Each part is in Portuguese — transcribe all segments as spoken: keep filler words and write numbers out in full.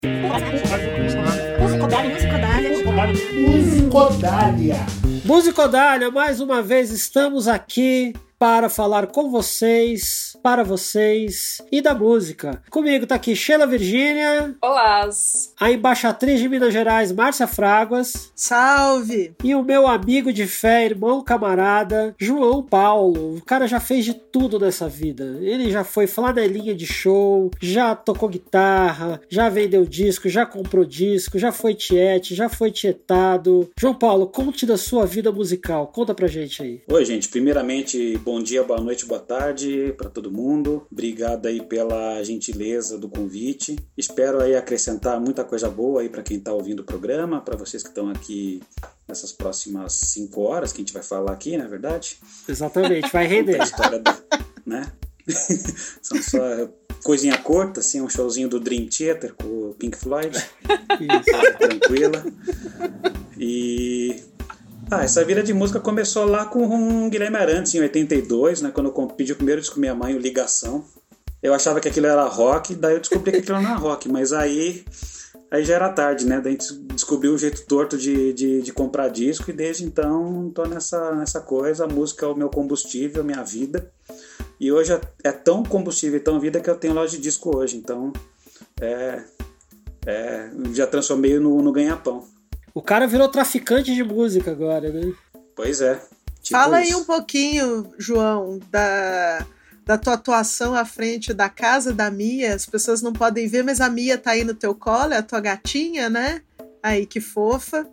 Musicodália. Musicodália, mais uma vez estamos aqui para falar com vocês, para vocês e da música. Comigo tá aqui Sheila Virgínia. Olá! A embaixatriz de Minas Gerais, Márcia Fraguas. Salve! E o meu amigo de fé, irmão, camarada, João Paulo. O cara já fez de tudo nessa vida. Ele já foi flanelinha de show, já tocou guitarra, já vendeu disco, já comprou disco, já foi tiete, já foi tietado. João Paulo, conte da sua vida musical. Conta pra gente aí. Oi, gente. Primeiramente, bom dia, boa noite, boa tarde para todo mundo. Obrigado aí pela gentileza do convite. Espero aí acrescentar muita coisa boa aí para quem está ouvindo o programa, para vocês que estão aqui nessas próximas cinco horas que a gente vai falar aqui, não é verdade? Exatamente, vai render. A história do, né? São só coisinha curta, assim, um showzinho do Dream Theater com o Pink Floyd. Isso. Tranquila. E... Ah, essa vida de música começou lá com o Guilherme Arantes, em oitenta e dois, né, quando eu pedi o primeiro disco com minha mãe, o Ligação. Eu achava que aquilo era rock, daí eu descobri que aquilo não era rock, mas aí, aí já era tarde, né? Daí a gente descobriu o jeito torto de, de, de comprar disco e desde então tô nessa, nessa coisa. A música é o meu combustível, minha vida. E hoje é tão combustível e tão vida que eu tenho loja de disco hoje, então é, é, já transformei no, no ganha-pão. O cara virou traficante de música agora, né? Pois é. Tipo Fala isso. Aí um pouquinho, João, da, da tua atuação à frente da casa da Mia. As pessoas não podem ver, mas a Mia tá aí no teu colo, é a tua gatinha, né? Aí, que fofa.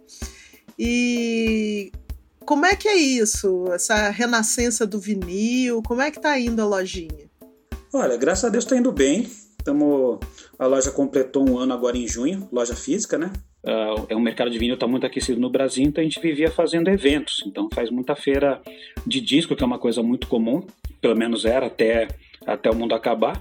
E como é que é isso? Essa renascença do vinil? Como é que tá indo a lojinha? Olha, graças a Deus tá indo bem. Tamo, a loja completou um ano agora em junho, loja física, né? Uh, é um mercado de vinil está muito aquecido no Brasil, então a gente vivia fazendo eventos, então faz muita feira de disco, que é uma coisa muito comum, pelo menos era até, até o mundo acabar.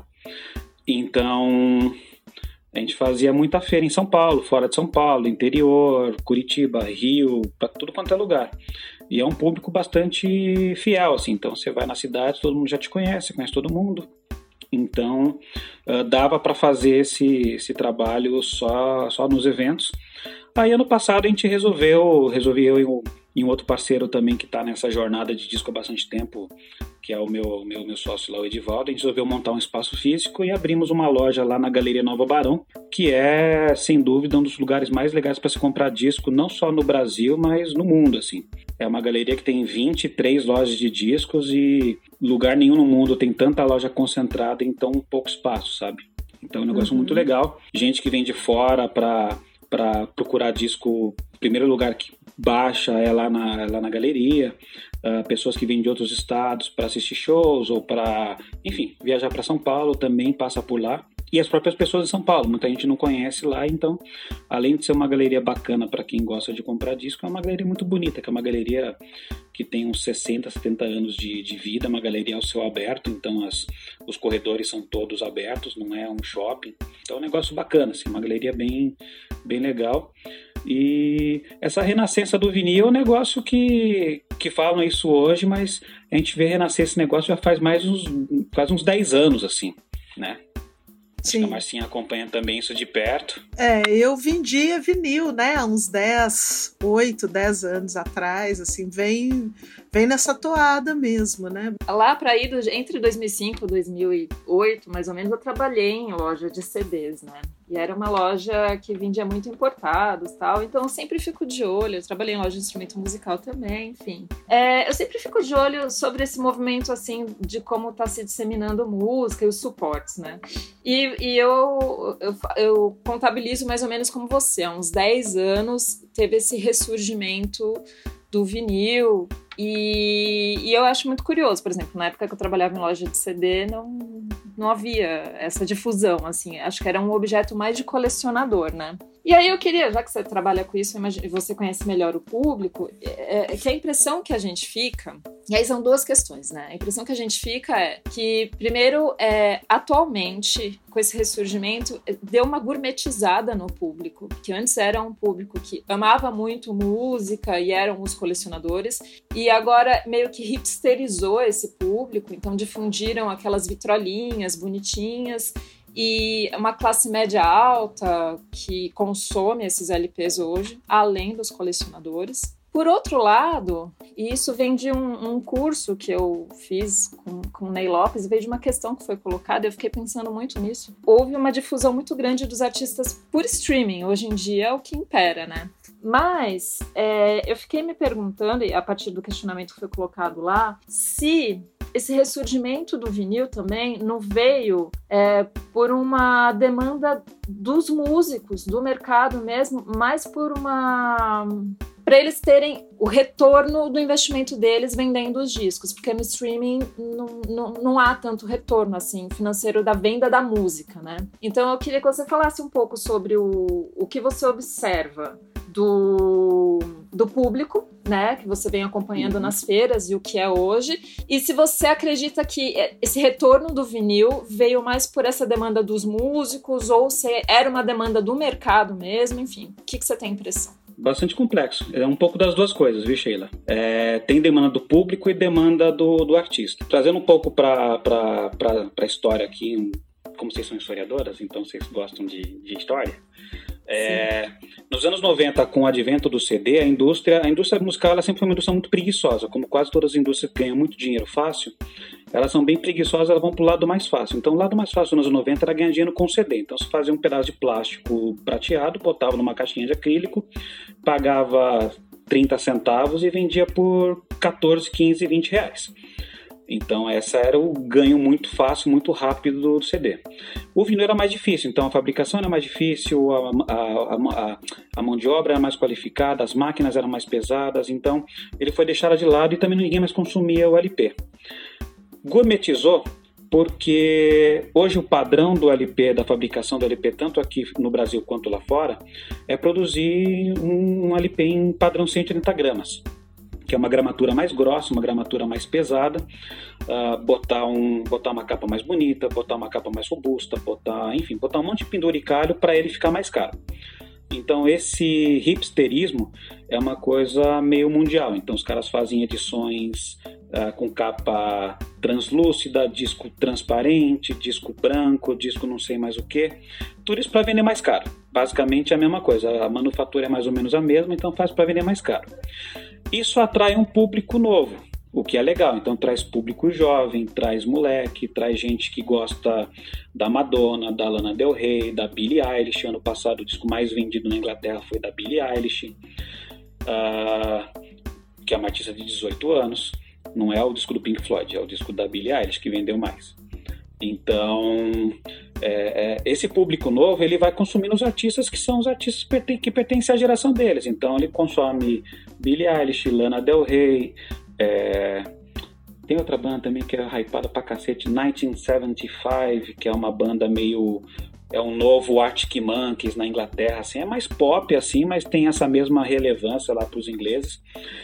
Então a gente fazia muita feira em São Paulo, fora de São Paulo, interior, Curitiba, Rio, para tudo quanto é lugar. E é um público bastante fiel, assim, então você vai na cidade, todo mundo já te conhece, conhece todo mundo. Então uh, dava para fazer esse, esse trabalho só, só nos eventos. Aí ano passado a gente resolveu, resolvi eu e um, e um outro parceiro também que está nessa jornada de disco há bastante tempo, que é o meu, meu, meu sócio lá, o Edivaldo. A gente resolveu montar um espaço físico e abrimos uma loja lá na Galeria Nova Barão, que é sem dúvida um dos lugares mais legais para se comprar disco, não só no Brasil, mas no mundo, assim. É uma galeria que tem vinte e três lojas de discos e lugar nenhum no mundo tem tanta loja concentrada em tão pouco espaço, sabe? Então é um negócio uhum. muito legal. Gente que vem de fora para para procurar disco, o primeiro lugar que baixa é lá na, lá na galeria. Uh, pessoas que vêm de outros estados para assistir shows ou para, enfim, viajar para São Paulo também passa por lá. E as próprias pessoas de São Paulo, muita gente não conhece lá, então, além de ser uma galeria bacana para quem gosta de comprar disco, é uma galeria muito bonita, que é uma galeria que tem uns sessenta, setenta anos de, de vida, uma galeria ao céu aberto, então as, os corredores são todos abertos, não é um shopping. Então é um negócio bacana, assim, uma galeria bem, bem legal. E essa renascença do vinil é um negócio que, que falam isso hoje, mas a gente vê renascer esse negócio já faz mais uns, quase uns dez anos, assim, né? Sim. Acho que a Marcinha acompanha também isso de perto. É, eu vendia vinil, né, há uns dez, oito, dez anos atrás, assim, vem, vem nessa toada mesmo, né? Lá para aí, entre dois mil e cinco e dois mil e oito, mais ou menos, eu trabalhei em loja de C Ds, né? E era uma loja que vendia muito importados e tal, então eu sempre fico de olho. Eu trabalhei em loja de instrumento musical também, enfim. É, eu sempre fico de olho sobre esse movimento, assim, de como tá se disseminando música e os suportes, né? E, e eu, eu, eu contabilizo mais ou menos como você. Há uns dez anos teve esse ressurgimento do vinil. E, e eu acho muito curioso, por exemplo, na época que eu trabalhava em loja de C D, não, não havia essa difusão, assim, acho que era um objeto mais de colecionador, né? E aí eu queria, já que você trabalha com isso e você conhece melhor o público, é, é que a impressão que a gente fica, e aí são duas questões, né? A impressão que a gente fica é que, primeiro, é, atualmente, com esse ressurgimento, deu uma gourmetizada no público, que antes era um público que amava muito música e eram os colecionadores, e agora meio que hipsterizou esse público, então difundiram aquelas vitrolinhas bonitinhas, e uma classe média alta que consome esses L Ps hoje, além dos colecionadores. Por outro lado, e isso vem de um, um curso que eu fiz com, com o Ney Lopes, veio de uma questão que foi colocada, eu fiquei pensando muito nisso. Houve uma difusão muito grande dos artistas por streaming, hoje em dia é o que impera, né? Mas é, eu fiquei me perguntando, e a partir do questionamento que foi colocado lá, se esse ressurgimento do vinil também não veio é, por uma demanda dos músicos, do mercado mesmo, mais por uma... para eles terem o retorno do investimento deles vendendo os discos, porque no streaming não, não, não há tanto retorno assim, financeiro da venda da música, né? Então eu queria que você falasse um pouco sobre o, o que você observa do, do público, né, que você vem acompanhando uhum. nas feiras e o que é hoje, e se você acredita que esse retorno do vinil veio mais por essa demanda dos músicos ou se era uma demanda do mercado mesmo, enfim, o que, que você tem a impressão? Bastante complexo. É um pouco das duas coisas, viu, Sheila? É, tem demanda do público e demanda do, do artista. Trazendo um pouco para a história aqui, como vocês são historiadoras, então vocês gostam de, de história. É, nos anos noventa, com o advento do C D, a indústria, a indústria musical ela sempre foi uma indústria muito preguiçosa. Como quase todas as indústrias que ganham muito dinheiro fácil, elas são bem preguiçosas, elas vão para o lado mais fácil. Então o lado mais fácil nos anos noventa era ganhar dinheiro com C D. Então você fazia um pedaço de plástico prateado, botava numa caixinha de acrílico, pagava trinta centavos e vendia por quatorze, quinze, vinte reais. Então essa era o ganho muito fácil, muito rápido do C D. O vinil era mais difícil, então a fabricação era mais difícil, a, a, a, a mão de obra era mais qualificada, as máquinas eram mais pesadas, então ele foi deixado de lado e também ninguém mais consumia o L P. Gourmetizou porque hoje o padrão do L P, da fabricação do L P, tanto aqui no Brasil quanto lá fora, é produzir um L P em padrão cento e oitenta gramas. Que é uma gramatura mais grossa, uma gramatura mais pesada, uh, botar, um, botar uma capa mais bonita, botar uma capa mais robusta, botar, enfim, botar um monte de penduricalho para ele ficar mais caro. Então esse hipsterismo é uma coisa meio mundial, então os caras fazem edições uh, com capa translúcida, disco transparente, disco branco, disco não sei mais o que, tudo isso para vender mais caro. Basicamente é a mesma coisa, a manufatura é mais ou menos a mesma, então faz para vender mais caro. Isso atrai um público novo, o que é legal. Então traz público jovem, traz moleque, traz gente que gosta da Madonna, da Lana Del Rey, da Billie Eilish. Ano passado o disco mais vendido na Inglaterra foi da Billie Eilish, uh, que é uma artista de dezoito anos. Não é o disco do Pink Floyd, é o disco da Billie Eilish que vendeu mais. Então, é, é, esse público novo, ele vai consumindo os artistas que são os artistas perten- que pertencem à geração deles. Então, ele consome Billie Eilish, Lana Del Rey, é, tem outra banda também que é hypada pra cacete, nineteen seventy-five, que é uma banda meio... é um novo Arctic Monkeys na Inglaterra, assim, é mais pop, assim, mas tem essa mesma relevância lá pros ingleses.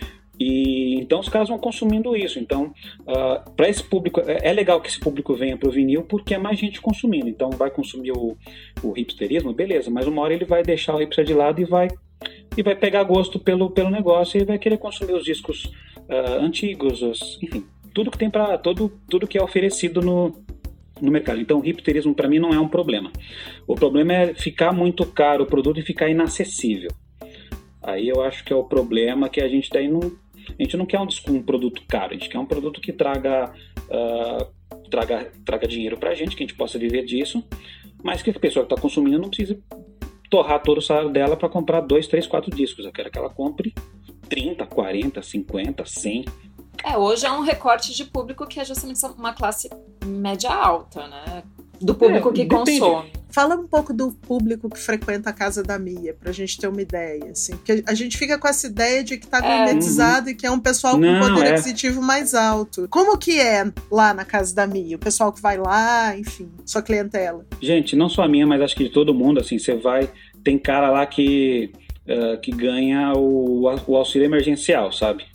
E então os caras vão consumindo isso. Então, uh, para esse público, é, é legal que esse público venha pro vinil porque é mais gente consumindo. Então, vai consumir o, o hipsterismo, beleza, mas uma hora ele vai deixar o hipster de lado e vai, e vai pegar gosto pelo, pelo negócio e vai querer consumir os discos uh, antigos, os, enfim, tudo que tem para todo, tudo que é oferecido no, no mercado. Então, o hipsterismo para mim não é um problema. O problema é ficar muito caro o produto e ficar inacessível. Aí eu acho que é o problema que a gente daí não. A gente não quer um, um produto caro, a gente quer um produto que traga, uh, traga, traga dinheiro pra gente, que a gente possa viver disso, mas que a pessoa que está consumindo não precise torrar todo o salário dela para comprar dois, três, quatro discos. Eu quero que ela compre trinta, quarenta, cinquenta, cem. É, hoje é um recorte de público que é justamente uma classe média alta, né? Do público é, que depende. Consome. Fala um pouco do público que frequenta a casa da Mia, pra gente ter uma ideia, assim. Porque a gente fica com essa ideia de que tá gourmetizado é. e que é um pessoal Não, com poder é. aquisitivo mais alto. Como que é lá na casa da Mia? O pessoal que vai lá, enfim, sua clientela. Gente, não só a minha, mas acho que de todo mundo, assim, você vai... Tem cara lá que, uh, que ganha o, o auxílio emergencial, sabe?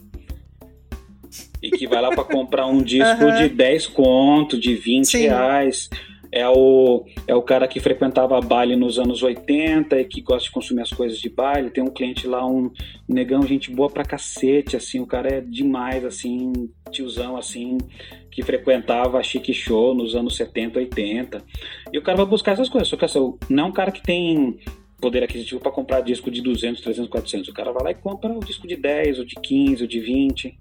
E que vai lá pra comprar um disco uhum. de dez conto, de vinte Sim. reais... é o, é o cara que frequentava baile nos anos oitenta e que gosta de consumir as coisas de baile. Tem um cliente lá, um, um negão, gente boa pra cacete, assim, o cara é demais, assim, tiozão, assim, que frequentava chique show nos anos setenta, oitenta. E o cara vai buscar essas coisas, só que assim, não é um cara que tem poder aquisitivo para comprar disco de duzentos, trezentos, quatrocentos. O cara vai lá e compra o disco de dez, ou de quinze, ou de vinte.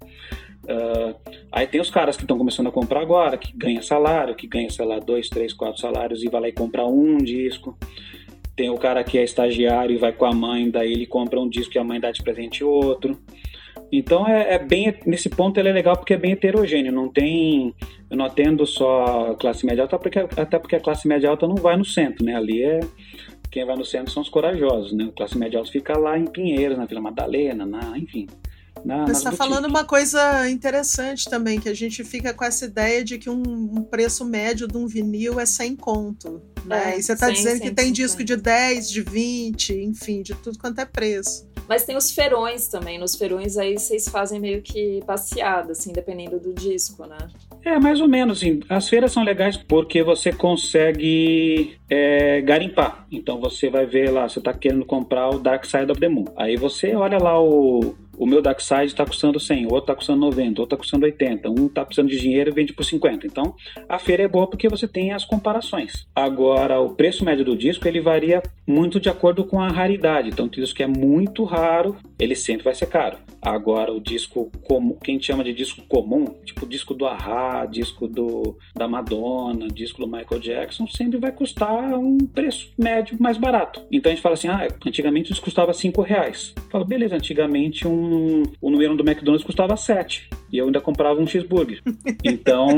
Uh, aí tem os caras que estão começando a comprar agora, que ganha salário, que ganha, sei lá, dois, três, quatro salários e vai lá e compra um disco. Tem o cara que é estagiário e vai com a mãe, daí ele compra um disco e a mãe dá de presente outro. Então é, é bem, nesse ponto ele é legal porque é bem heterogêneo, não tem, eu não atendo só classe média alta, porque, até porque a classe média alta não vai no centro, né? Ali é, quem vai no centro são os corajosos, né? A classe média alta fica lá em Pinheiros, na Vila Madalena, na, enfim. Na, Você está falando uma coisa interessante também, que a gente fica com essa ideia de que um, um preço médio de um vinil é cem conto, né? É, e você está dizendo que tem cem, disco de dez, de vinte, enfim, de tudo quanto é preço. Mas tem os feirões também. Nos feirões aí vocês fazem meio que passeada, assim, dependendo do disco, né? É, mais ou menos, assim. As feiras são legais porque você consegue é, garimpar. Então você vai ver lá, você tá querendo comprar o Dark Side of the Moon. Aí você olha lá o... O meu Dark Side tá custando cem, o outro tá custando noventa, o outro tá custando oitenta, um tá precisando de dinheiro e vende por cinquenta. Então, a feira é boa porque você tem as comparações. Agora, o preço médio do disco, ele varia muito de acordo com a raridade. Então, o disco que é muito raro, ele sempre vai ser caro. Agora, o disco comum, que a gente chama de disco comum, tipo disco do A-ha, disco do, da Madonna, disco do Michael Jackson, sempre vai custar um preço médio mais barato. Então, a gente fala assim, ah, antigamente isso custava cinco reais. Fala, beleza, antigamente um o número um do McDonald's custava sete e eu ainda comprava um cheeseburger. Então,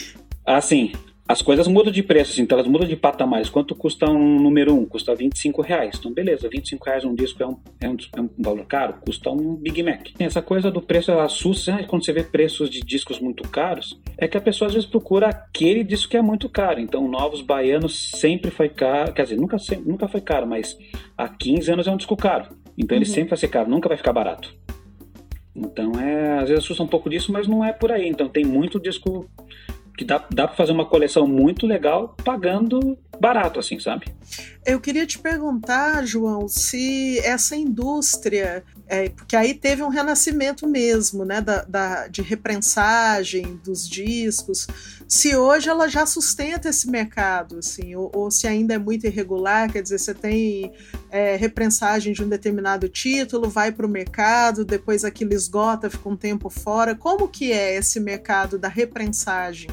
assim, as coisas mudam de preço, assim, então elas mudam de patamares. Quanto custa um número um? Custa vinte e cinco reais. Então, beleza, vinte e cinco reais um disco é um, é um, é um valor caro? Custa um Big Mac. Essa coisa do preço, ela assusta, quando você vê preços de discos muito caros, é que a pessoa às vezes procura aquele disco que é muito caro. Então, Novos Baianos sempre foi caro, quer dizer, nunca, nunca foi caro, mas há quinze anos é um disco caro. Então, ele uhum. sempre vai ser caro, nunca vai ficar barato. Então, é, às vezes assusta um pouco disso, mas não é por aí. Então, tem muito disco que dá, dá para fazer uma coleção muito legal pagando barato, assim, sabe? Eu queria te perguntar, João, se essa indústria, é, porque aí teve um renascimento mesmo, né, da, da, de reprensagem dos discos, se hoje ela já sustenta esse mercado, assim, ou, ou se ainda é muito irregular, quer dizer, você tem é, reprensagem de um determinado título, vai para o mercado, depois aquilo esgota, fica um tempo fora. Como que é esse mercado da reprensagem?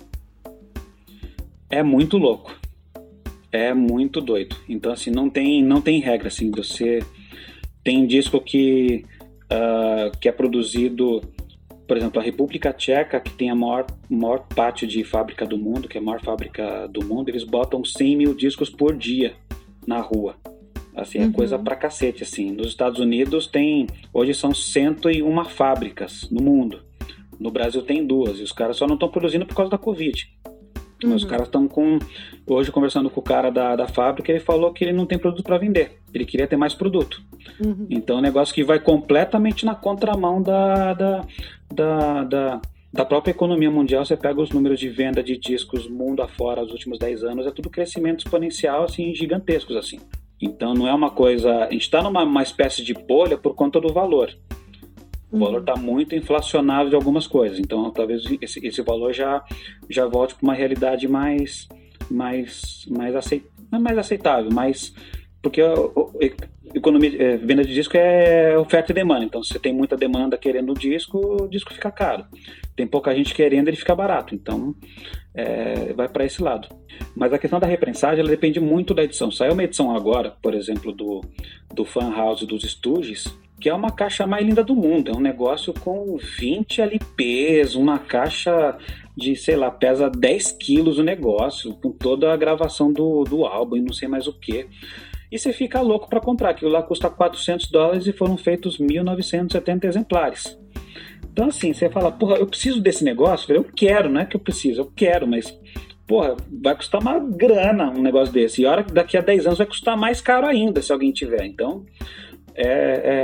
É muito louco. É muito doido. Então, assim, não tem, não tem regra, assim, você tem disco que, uh, que é produzido, por exemplo, a República Tcheca, que tem a maior, maior pátio de fábrica do mundo, que é a maior fábrica do mundo, eles botam cem mil discos por dia na rua. Assim, é uhum. coisa pra cacete, assim. Nos Estados Unidos tem, hoje são cento e uma fábricas no mundo. No Brasil tem duas, e os caras só não estão produzindo por causa da Covid. Uhum. Mas os caras estão com... Hoje, conversando com o cara da, da fábrica, ele falou que ele não tem produto para vender. Ele queria ter mais produto. Uhum. Então, é um negócio que vai completamente na contramão da, da, da, da, da própria economia mundial. Você pega os números de venda de discos mundo afora nos últimos dez anos, é tudo crescimento exponencial, assim, gigantescos, assim. Então, não é uma coisa... A gente está numa uma espécie de bolha por conta do valor. O valor está muito inflacionado de algumas coisas, então talvez esse, esse valor já, já volte para uma realidade mais, mais, mais, aceit, não é mais aceitável, mais, porque a, a economia, é, venda de disco é oferta e demanda, então se você tem muita demanda querendo o disco, o disco fica caro. Tem pouca gente querendo, ele fica barato, então é, vai para esse lado. Mas a questão da reprensagem, ela depende muito da edição. Saiu uma edição agora, por exemplo, do, do Fan House dos Stooges, que é uma caixa mais linda do mundo, é um negócio com vinte L Ps, uma caixa de, sei lá, pesa dez quilos o negócio, com toda a gravação do, do álbum e não sei mais o que. E você fica louco para comprar, aquilo lá custa quatrocentos dólares e foram feitos mil novecentos e setenta exemplares. Então assim, você fala, porra, eu preciso desse negócio? Eu quero, não é que eu preciso, eu quero, mas... Porra, vai custar uma grana um negócio desse. E a hora que daqui a dez anos vai custar mais caro ainda, se alguém tiver. Então, é, é,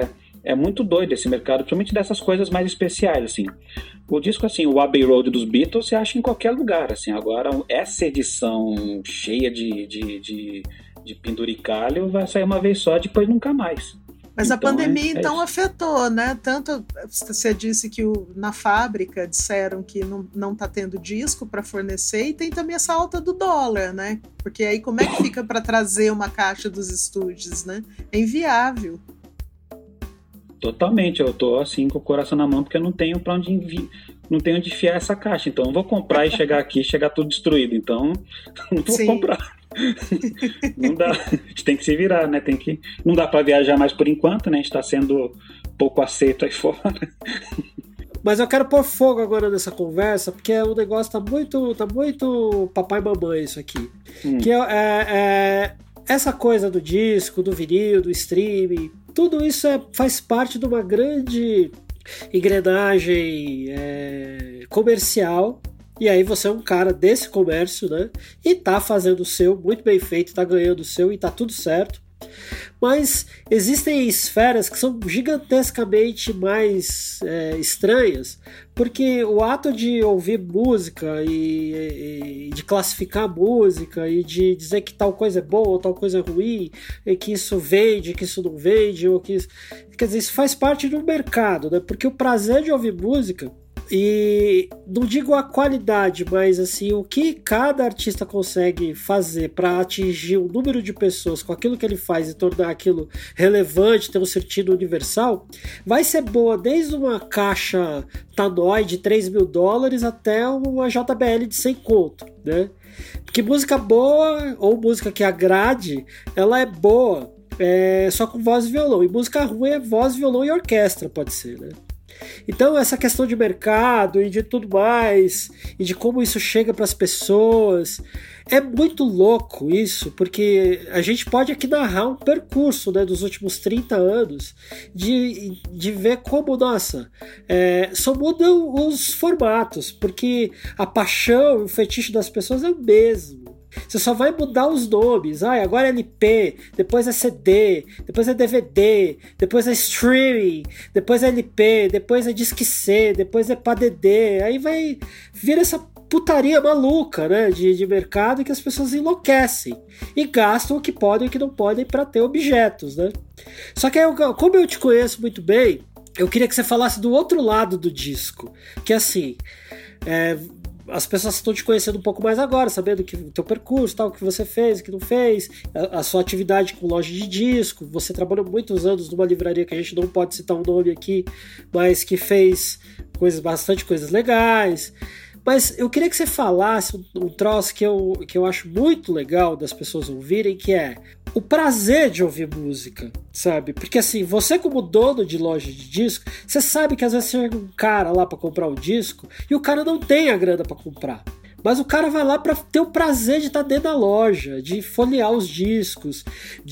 é muito doido esse mercado, principalmente dessas coisas mais especiais, assim. O disco, assim, o Abbey Road dos Beatles, você acha em qualquer lugar, assim. Agora, essa edição cheia de, de, de, de penduricalho vai sair uma vez só, depois nunca mais. Mas então, a pandemia, é, é então, isso. afetou, né? Tanto, você disse que o, na fábrica disseram que não, não tá tendo disco para fornecer, e tem também essa alta do dólar, né? Porque aí como é que fica para trazer uma caixa dos estúdios, né? É inviável. Totalmente, eu tô assim com o coração na mão porque eu não tenho para onde enviar, não tenho onde enfiar essa caixa, então eu vou comprar e chegar aqui e chegar tudo destruído, então não vou Sim. comprar. Não dá, a gente tem que se virar, né? Tem que, não dá para viajar mais por enquanto, né? A gente tá sendo pouco aceito aí fora. Mas eu quero pôr fogo agora nessa conversa, porque o negócio tá muito, tá muito papai e mamãe isso aqui. Hum. Que é, é, é essa coisa do disco, do vinil, do streaming, tudo isso é, faz parte de uma grande engrenagem é, comercial. E aí você é um cara desse comércio, né? E tá fazendo o seu, muito bem feito, tá ganhando o seu e tá tudo certo. Mas existem esferas que são gigantescamente mais é, estranhas, porque o ato de ouvir música e, e de classificar música e de dizer que tal coisa é boa ou tal coisa é ruim, e que isso vende, que isso não vende, ou que isso, quer dizer, isso faz parte do mercado, né? Porque o prazer de ouvir música, e não digo a qualidade, mas assim, o que cada artista consegue fazer para atingir um número de pessoas com aquilo que ele faz e tornar aquilo relevante, ter um sentido universal, vai ser boa desde uma caixa Tannoy de três mil dólares até uma J B L de cem conto, né? Porque música boa ou música que agrade, ela é boa é, só com voz e violão, e música ruim é voz, violão e orquestra, pode ser, né? Então essa questão de mercado e de tudo mais, e de como isso chega para as pessoas, é muito louco isso, porque a gente pode aqui narrar um percurso, né, dos últimos trinta anos, de, de ver como, nossa, é, só mudam os formatos, porque a paixão e o fetiche das pessoas é o mesmo. Você só vai mudar os nomes. Ah, agora é L P, depois é C D, depois é D V D, depois é streaming, depois é L P, depois é Disque C, depois é P A D D. Aí vai vir essa putaria maluca, né, de, de mercado, que as pessoas enlouquecem e gastam o que podem e o que não podem para ter objetos, né? Só que eu, como eu te conheço muito bem, eu queria que você falasse do outro lado do disco, que assim, é, as pessoas estão te conhecendo um pouco mais agora, sabendo que o teu percurso, tal, o que você fez, o que não fez, a, a sua atividade com loja de disco. Você trabalhou muitos anos numa livraria que a gente não pode citar o nome aqui, mas que fez coisas, bastante coisas legais. Mas eu queria que você falasse um, um troço que eu, que eu acho muito legal das pessoas ouvirem, que é o prazer de ouvir música, sabe? Porque assim, você como dono de loja de disco, você sabe que às vezes chega um cara lá pra comprar um disco e o cara não tem a grana pra comprar. Mas o cara vai lá para ter o prazer de estar dentro da loja, de folhear os discos,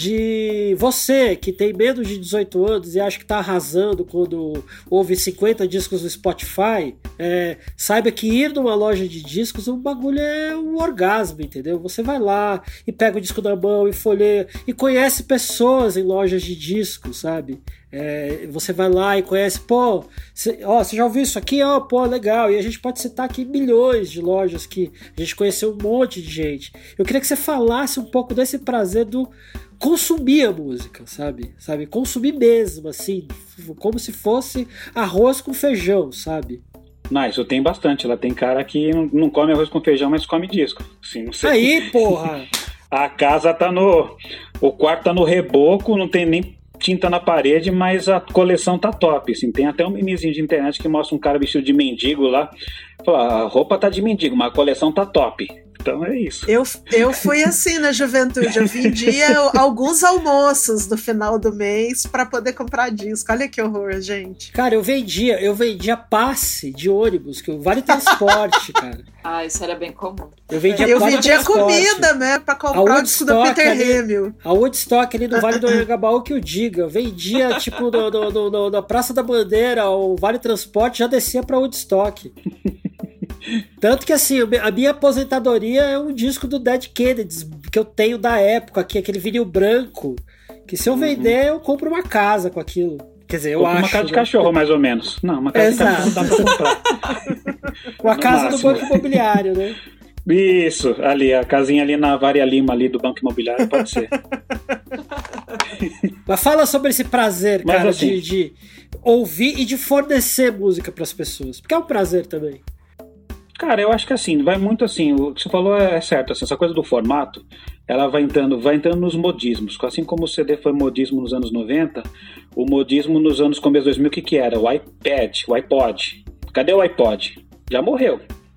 de você que tem menos de dezoito anos e acha que está arrasando quando ouve cinquenta discos no Spotify, é, saiba que ir numa loja de discos, o bagulho é um orgasmo, entendeu? Você vai lá e pega o disco na mão e folheia e conhece pessoas em lojas de discos, sabe? É, você vai lá e conhece, pô, cê, ó, você já ouviu isso aqui? Ó, pô, legal. E a gente pode citar aqui milhões de lojas que a gente conheceu um monte de gente. Eu queria que você falasse um pouco desse prazer do consumir a música, sabe? sabe? Consumir mesmo, assim, como se fosse arroz com feijão, sabe? Não, isso tem bastante. Ela tem cara que não, não come arroz com feijão, mas come disco. Assim, não sei. Aí, porra! A casa tá no... O quarto tá no reboco, não tem nem tinta na parede, mas a coleção tá top, assim. Tem até um memezinho de internet que mostra um cara vestido de mendigo lá. Fala, a roupa tá de mendigo, mas a coleção tá top. Então é isso. Eu, eu fui assim na juventude, eu vendia alguns almoços no final do mês para poder comprar disco. Olha que horror, gente. Cara, eu vendia, eu vendia passe de ônibus, que o Vale Transporte, cara. Ah, isso era bem comum. Eu vendia, eu vendia comida, né, pra comprar o disco do Peter Hamill. A Woodstock ali no Vale do Anhangabaú que eu diga. Eu vendia, tipo, no, no, no, no, na Praça da Bandeira, o Vale Transporte já descia pra Woodstock. Tanto que assim, a minha aposentadoria é um disco do Dead Kennedys que eu tenho da época, aqui, aquele vinil branco, que se eu vender eu compro uma casa com aquilo. Quer dizer, eu acho... Uma casa de né? cachorro, mais ou menos. Não, uma casa Exato. de cachorro não dá pra comprar. Com a No casa máximo. do Banco Imobiliário, né? Isso, ali, a casinha ali na Varia Lima, ali do Banco Imobiliário, pode ser. Mas fala sobre esse prazer, Mas cara, assim- de, de ouvir e de fornecer música pras pessoas. Porque é um prazer também. Cara, eu acho que assim, vai muito assim, o que você falou é certo, assim, essa coisa do formato, ela vai entrando, vai entrando nos modismos, assim como o C D foi modismo nos anos noventa, o modismo nos anos começo dois mil, o que que era? O iPad, o iPod. Cadê o iPod? Já morreu.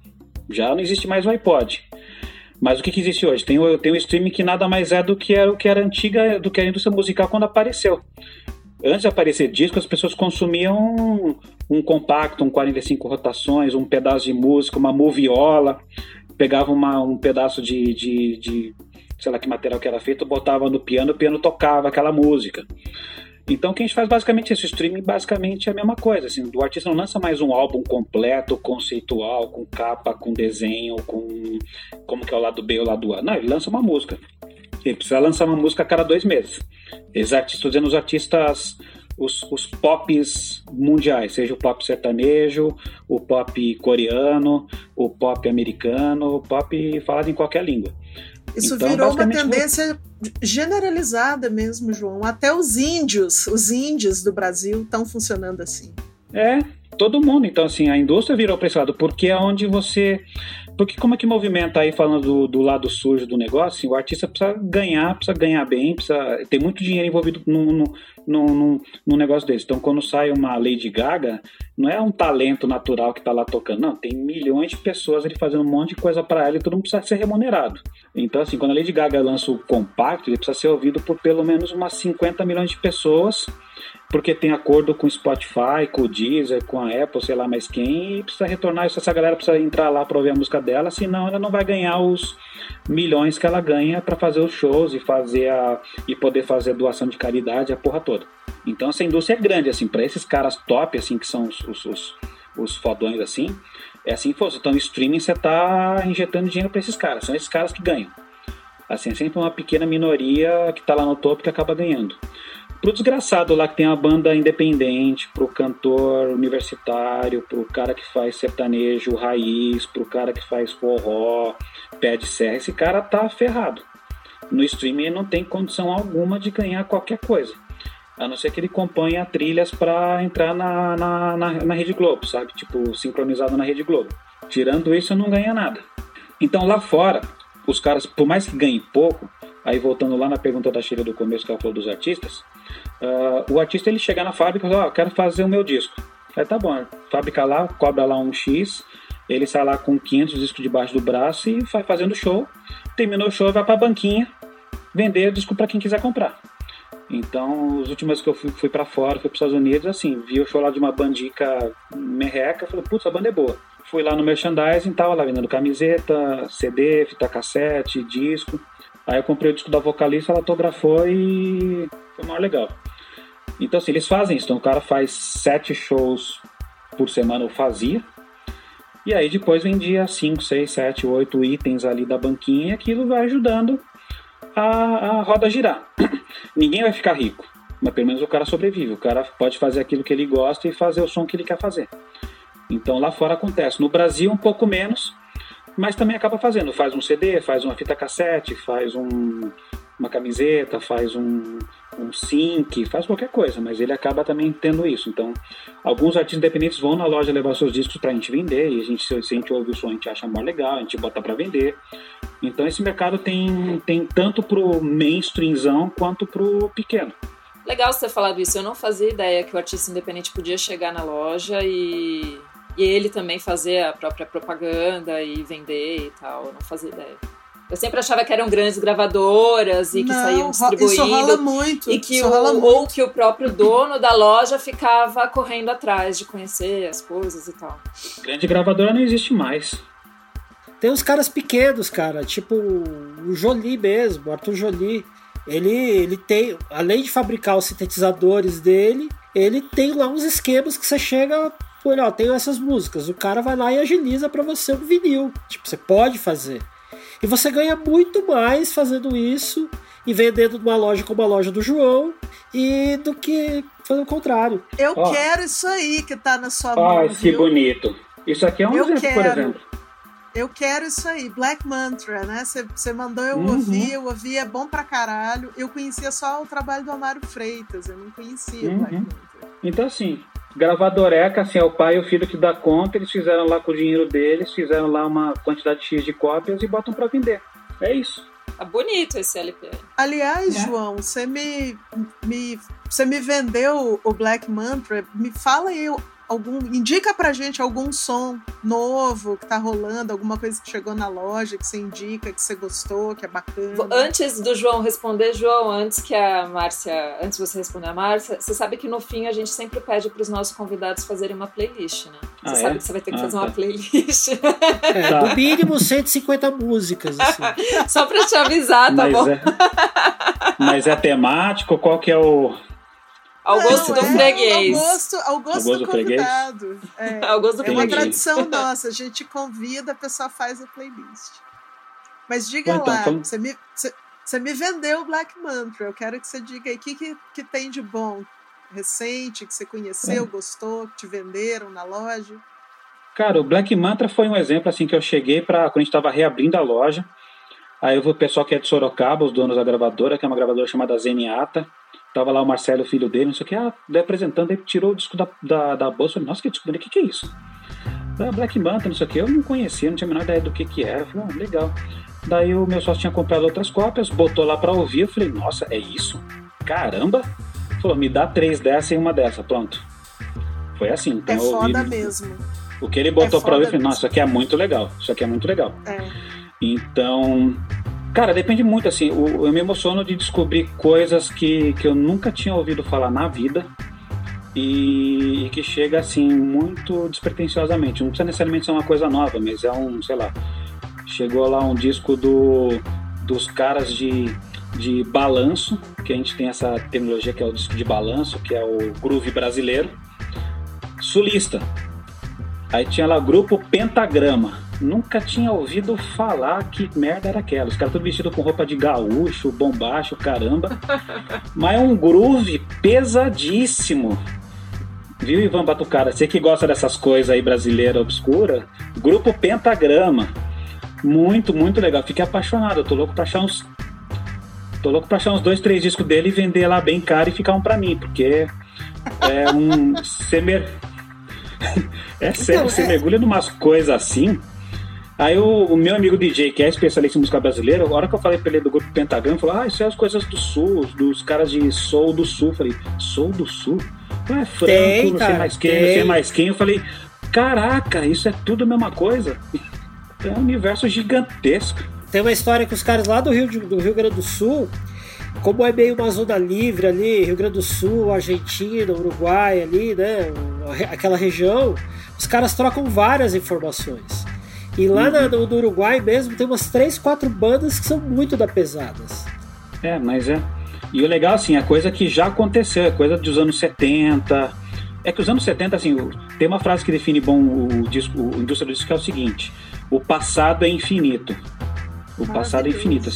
Já não existe mais o iPod. Mas o que, que existe hoje? Tem o, tem o streaming que nada mais é do que era o que era antiga, do que a indústria musical quando apareceu. Antes de aparecer disco, as pessoas consumiam um, um compacto, um quarenta e cinco rotações, um pedaço de música, uma moviola, pegava uma, um pedaço de, de, de, sei lá que material que era feito, botava no piano, o piano tocava aquela música. Então o que a gente faz basicamente isso, o streaming basicamente é a mesma coisa, assim, o artista não lança mais um álbum completo, conceitual, com capa, com desenho, com como que é o lado B e o lado A, não, ele lança uma música, ele precisa lançar uma música a cada dois meses, esses artistas, estou dizendo os artistas, os, os pops mundiais, seja o pop sertanejo, o pop coreano, o pop americano, o pop falado em qualquer língua. Isso Então, virou uma basicamente, tendência generalizada mesmo, João. Até os índios, os índios do Brasil estão funcionando assim. É, todo mundo. Então, assim, a indústria virou para esse lado, porque é onde você... Porque como é que movimenta aí, falando do, do lado sujo do negócio, assim, o artista precisa ganhar, precisa ganhar bem, precisa tem muito dinheiro envolvido num, num, num, num negócio desse. Então, quando sai uma Lady Gaga, não é um talento natural que tá lá tocando, não, tem milhões de pessoas ali fazendo um monte de coisa para ela e todo mundo precisa ser remunerado. Então, assim, quando a Lady Gaga lança o compacto, ele precisa ser ouvido por pelo menos umas cinquenta milhões de pessoas, porque tem acordo com o Spotify, com o Deezer, com a Apple, sei lá mais quem, e precisa retornar isso, essa galera precisa entrar lá para ouvir a música dela, senão ela não vai ganhar os milhões que ela ganha para fazer os shows e fazer a, e poder fazer doação de caridade, a porra toda. Então essa indústria é grande, assim, para esses caras top, assim, que são os, os, os, os fodões, assim, é assim que fosse. Então no streaming você tá injetando dinheiro para esses caras, são esses caras que ganham. Assim, é sempre uma pequena minoria que tá lá no topo que acaba ganhando. Pro desgraçado lá que tem uma banda independente, pro cantor universitário, pro cara que faz sertanejo raiz, pro cara que faz forró, pé de serra, esse cara tá ferrado. No streaming ele não tem condição alguma de ganhar qualquer coisa, a não ser que ele componha trilhas para entrar na, na, na, na Rede Globo, sabe? Tipo, sincronizado na Rede Globo. Tirando isso, não ganha nada. Então lá fora, os caras, por mais que ganhem pouco, aí voltando lá na pergunta da Sheila do começo que ela falou dos artistas, uh, o artista ele chega na fábrica e fala, ó, oh, quero fazer o meu disco. Aí tá bom, fábrica lá, cobra lá um X, ele sai lá com quinhentos discos debaixo do braço e vai fazendo show, terminou o show, vai pra banquinha vender disco pra quem quiser comprar. Então, os últimos que eu fui, fui pra fora, fui pros Estados Unidos, assim, vi o show lá de uma bandica merreca, falei, putz, a banda é boa. Fui lá no merchandising, tava lá vendendo camiseta, C D, fita cassete, disco. Aí eu comprei o disco da vocalista, ela autografou e foi maior legal. Então assim, eles fazem isso, então o cara faz sete shows por semana, eu fazia, e aí depois vendia cinco, seis, sete, oito itens ali da banquinha e aquilo vai ajudando a, a roda girar. Ninguém vai ficar rico, mas pelo menos o cara sobrevive, o cara pode fazer aquilo que ele gosta e fazer o som que ele quer fazer. Então lá fora acontece, no Brasil um pouco menos, mas também acaba fazendo, faz um C D, faz uma fita cassete, faz um, uma camiseta, faz um, um sync, faz qualquer coisa, mas ele acaba também tendo isso. Então, alguns artistas independentes vão na loja levar seus discos pra gente vender, e a gente, se a gente ouve o som, a gente acha mais legal, a gente bota pra vender. Então esse mercado tem, tem tanto pro mainstreamzão quanto pro pequeno. Legal você ter falado isso, eu não fazia ideia que o artista independente podia chegar na loja e... E ele também fazer a própria propaganda e vender e tal, eu não fazia ideia. Eu sempre achava que eram grandes gravadoras e que não, saíam distribuindo. Isso rola muito. E que isso o, rola muito. Ou que o próprio dono da loja ficava correndo atrás de conhecer as coisas e tal. Grande gravadora não existe mais. Tem uns caras pequenos, cara, tipo o Jolie mesmo, o Arthur Jolie. Ele, ele tem, além de fabricar os sintetizadores dele, ele tem lá uns esquemas que você chega... Olha, ó, tenho essas músicas, o cara vai lá e agiliza pra você um vinil. Tipo, você pode fazer. E você ganha muito mais fazendo isso e vendendo numa loja como a loja do João e do que fazer o contrário. Eu oh. quero isso aí que tá na sua oh, mão. Que viu? Bonito. Isso aqui é um eu exemplo, quero. por exemplo. Eu quero isso aí, Black Mantra, né? Você mandou eu uhum. ouvir, eu ouvi, é bom pra caralho. Eu conhecia só o trabalho do Amário Freitas, eu não conhecia uhum. o Black Mantra. Então, assim, gravadoreca, assim, é o pai e o filho que dá conta, eles fizeram lá com o dinheiro deles, fizeram lá uma quantidade X de cópias e botam pra vender. É isso. Tá bonito esse L P. Aliás, é. João, você me, me, você me vendeu o Black Mantra, me fala aí algum, indica pra gente algum som novo que tá rolando, alguma coisa que chegou na loja, que você indica, que você gostou, que é bacana. Antes do João responder, João, antes que a Márcia, antes de você responder a Márcia, você sabe que no fim a gente sempre pede pros nossos convidados fazerem uma playlist, né? Você ah, sabe é? que você vai ter que ah, fazer tá. uma playlist. É, Tá. no mínimo cento e cinquenta músicas, assim. Só pra te avisar, tá mas bom? É, mas é temático? Qual que é o... Ao gosto Não, do é freguês. Ao gosto, ao gosto, Ao gosto do do freguês? convidado. É, Ao gosto do é uma freguês. tradição nossa, a gente convida, a pessoa faz a playlist. Mas diga Bom, então, lá, então- você me, você, você me vendeu o Black Mantra, eu quero que você diga aí o que, que, que tem de bom, recente, que você conheceu, É. gostou, que te venderam na loja. Cara, o Black Mantra foi um exemplo assim que eu cheguei para quando a gente estava reabrindo a loja. Aí eu vi o pessoal que é de Sorocaba, os donos da gravadora, que é uma gravadora chamada Zeniata. Tava lá o Marcelo, filho dele, não sei o que, ah, daí apresentando, ele tirou o disco da, da, da bolsa. Eu falei, nossa, que disco, o que, que é isso? Ah, Black Mantra, não sei o que, eu não conhecia, não tinha a menor ideia do que que era. Eu falei, ah, legal. Daí o meu sócio tinha comprado outras cópias, botou lá pra ouvir, eu falei, nossa, é isso? Caramba! Falou, me dá três dessa e uma dessa, pronto. Foi assim, então É eu ouvi. foda mesmo. O que ele botou É pra ouvir, eu foda falei, nossa, isso aqui é muito legal, isso aqui é muito legal. É. Então, cara, depende muito, assim, eu, eu me emociono de descobrir coisas que, que eu nunca tinha ouvido falar na vida e, e que chega, assim, muito despretensiosamente. Não precisa necessariamente ser uma coisa nova, mas é um, sei lá, chegou lá um disco do, dos caras de, de balanço, que a gente tem essa terminologia que é o disco de balanço, que é o groove brasileiro, sulista. Aí tinha lá grupo Pentagrama. Nunca tinha ouvido falar que merda era aquela. Os caras todos vestidos com roupa de gaúcho, bombacho, caramba. Mas é um groove pesadíssimo. Viu, Ivan Batucara? Você que gosta dessas coisas aí brasileira obscura. Grupo Pentagrama. Muito, muito legal. Fiquei apaixonado. Eu tô louco pra achar uns... Tô louco pra achar uns dois, três discos dele e vender lá bem caro e ficar um pra mim. Porque é um... Semer... É sério, Então, você é- mergulha numas coisas assim. Aí o, o meu amigo D J, que é especialista em música brasileira, a hora que eu falei pra ele do grupo Pentagrama, falou, ah, isso é as coisas do Sul, dos caras de Soul do Sul. Eu falei, Soul do Sul? Não é Franco, Tem, não sei cara, mais quem, tem. não sei mais quem. Eu falei, caraca, isso é tudo a mesma coisa? É um universo gigantesco. Tem uma história que os caras lá do Rio, de- do Rio Grande do Sul, como é meio uma zona livre ali, Rio Grande do Sul, Argentina, Uruguai ali, né, aquela região, os caras trocam várias informações. E lá na, no, no Uruguai mesmo tem umas três, quatro bandas que são muito da pesadas. É, mas é. E o legal, assim, a coisa que já aconteceu, é coisa dos anos setenta. É que os anos setenta, assim, o- tem uma frase que define bom o disco, o indústria do disco, que é o seguinte: o passado é infinito. O passado é infinito.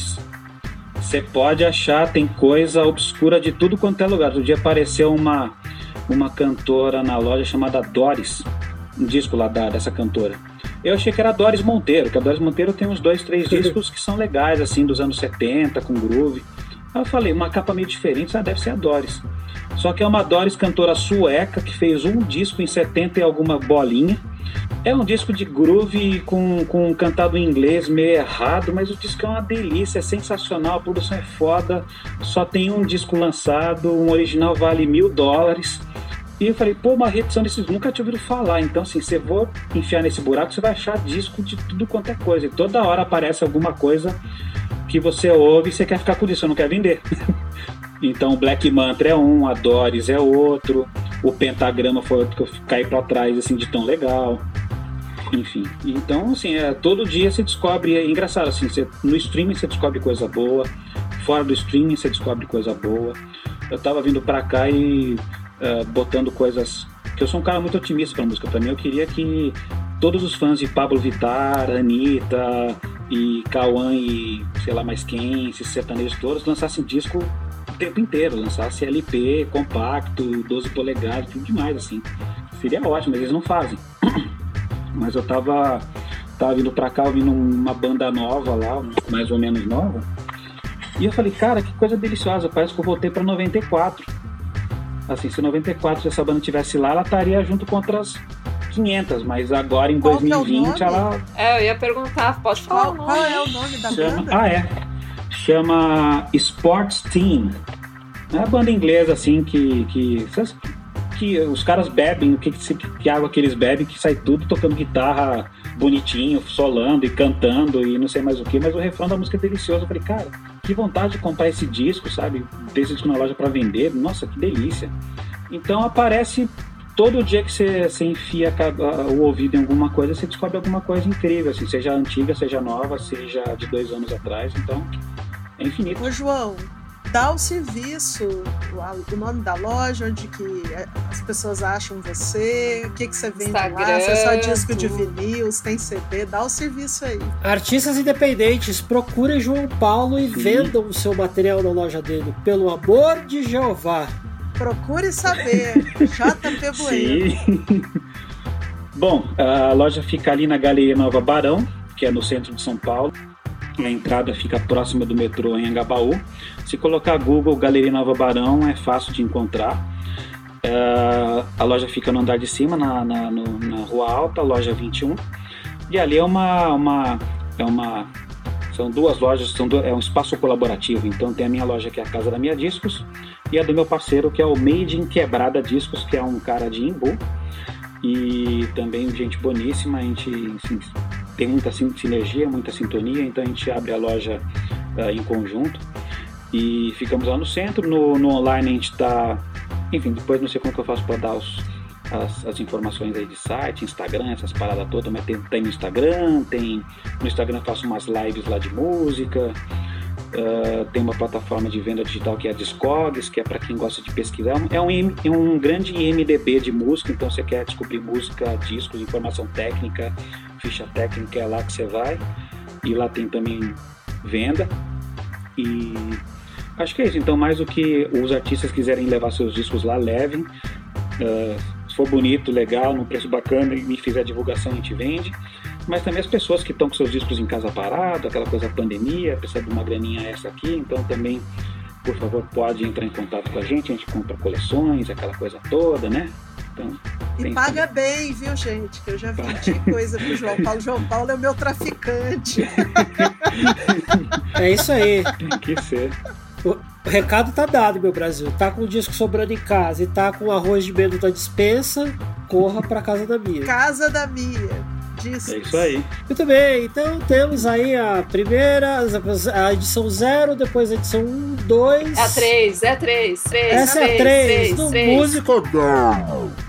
Você pode achar, tem coisa obscura de tudo quanto é lugar. Outro dia apareceu uma, uma cantora na loja chamada Doris, um disco lá da, dessa cantora. Eu achei que era a Doris Monteiro, que a Doris Monteiro tem uns dois, três discos que são legais, assim, dos anos setenta, com groove. Aí eu falei, uma capa meio diferente, ah, deve ser a Doris. Só que é uma Doris cantora sueca que fez um disco em setenta e alguma bolinha. É um disco de groove com, com cantado em inglês meio errado, mas o disco é uma delícia, é sensacional, a produção é foda, só tem um disco lançado, um original vale mil dólares. E eu falei, pô, uma reedição desses, nunca tinha ouvido falar. Então, assim, você for enfiar nesse buraco, você vai achar disco de tudo quanto é coisa. E toda hora aparece alguma coisa que você ouve e você quer ficar com isso, você não quer vender. Então, o Black Mantra é um, a Doris é outro, o Pentagrama foi outro que eu caí pra trás, assim, de tão legal. Enfim, então, assim, é, todo dia você descobre, é engraçado, assim, você, no streaming você descobre coisa boa, fora do streaming você descobre coisa boa. Eu tava vindo pra cá e uh, botando coisas, que eu sou um cara muito otimista pra música, pra mim eu queria que todos os fãs de Pablo Vittar, Anitta, e Cauã e sei lá mais quem, esses sertanejos todos, lançassem disco o tempo inteiro, lançasse L P, compacto, doze polegadas, tudo demais, assim. Seria ótimo, mas eles não fazem. Mas eu tava, tava vindo pra cá, ouvindo uma banda nova lá, mais ou menos nova, e eu falei, cara, que coisa deliciosa, parece que eu voltei pra noventa e quatro. Assim, se noventa e quatro, se essa banda estivesse lá, ela estaria junto com outras quinhentas, mas agora em Qual dois mil e vinte que é o nome? ela... É, eu ia perguntar, pode falar Qual, o nome? qual é o nome da Chama... banda? Ah, é. Chama Sports Team. É uma banda inglesa, assim, que... que... que os caras bebem, o que, que, que água que eles bebem, que sai tudo tocando guitarra bonitinho, solando e cantando e não sei mais o que, mas o refrão da música é delicioso. Eu falei, cara, que vontade de comprar esse disco, sabe? Ter esse disco na loja pra vender, nossa, que delícia. Então aparece todo dia que você, você enfia o ouvido em alguma coisa, você descobre alguma coisa incrível, assim, seja antiga, seja nova, seja de dois anos atrás, então é infinito. Ô, João, dá o serviço, o nome da loja, onde que as pessoas acham você, o que, que você vende Instagram, lá, se é só disco de tudo. vinil, se tem C D, dá o serviço aí. Artistas independentes, procurem João Paulo e Sim. vendam o seu material na loja dele, pelo amor de Jeová. Procure saber, J P Bueno. Sim. Bom, a loja fica ali na Galeria Nova Barão, que é no centro de São Paulo. A entrada fica próxima do metrô em Anhangabaú. Se colocar Google Galeria Nova Barão, é fácil de encontrar. Uh, a loja fica no andar de cima, na, na, no, na Rua Alta, loja vinte e um. E ali é uma... uma, é uma são duas lojas, são do, é um espaço colaborativo. Então tem a minha loja, que é a Casa da Minha Discos, e a do meu parceiro, que é o Made in Quebrada Discos, que é um cara de Imbu. E também gente boníssima, a gente... Assim, tem muita sinergia, muita sintonia, então a gente abre a loja uh, em conjunto e ficamos lá no centro. No, no online a gente está, enfim, depois não sei como que eu faço para dar os, as, as informações aí de site, Instagram, essas paradas todas, mas tem, tem no Instagram, tem no Instagram eu faço umas lives lá de música, uh, tem uma plataforma de venda digital que é a Discogs, que é para quem gosta de pesquisar, é um, é um grande I M D B de música, então você quer descobrir música, discos, informação técnica, ficha técnica, é lá que você vai, e lá tem também venda, e acho que é isso. Então, mais do que os artistas quiserem levar seus discos lá, levem, uh, se for bonito, legal, num preço bacana e me fizer a divulgação, a gente vende, mas também as pessoas que estão com seus discos em casa parado, aquela coisa pandemia, precisa de uma graninha essa aqui, então também, por favor, pode entrar em contato com a gente, a gente compra coleções, aquela coisa toda, né? Então, e paga bem, viu, gente? Que eu já vendi coisa pro João Paulo. João Paulo é o meu traficante. É isso aí. Tem que ser. O, o recado tá dado, meu Brasil. Tá com o disco sobrando em casa e tá com arroz de medo da dispensa, corra pra Casa da Mia. Casa da Mia. Discos. É isso aí. Muito bem, então temos aí a primeira, a edição zero, depois a edição um, dois... É a três, é a três, três, Essa é a três, três, três, do três. Músico Down.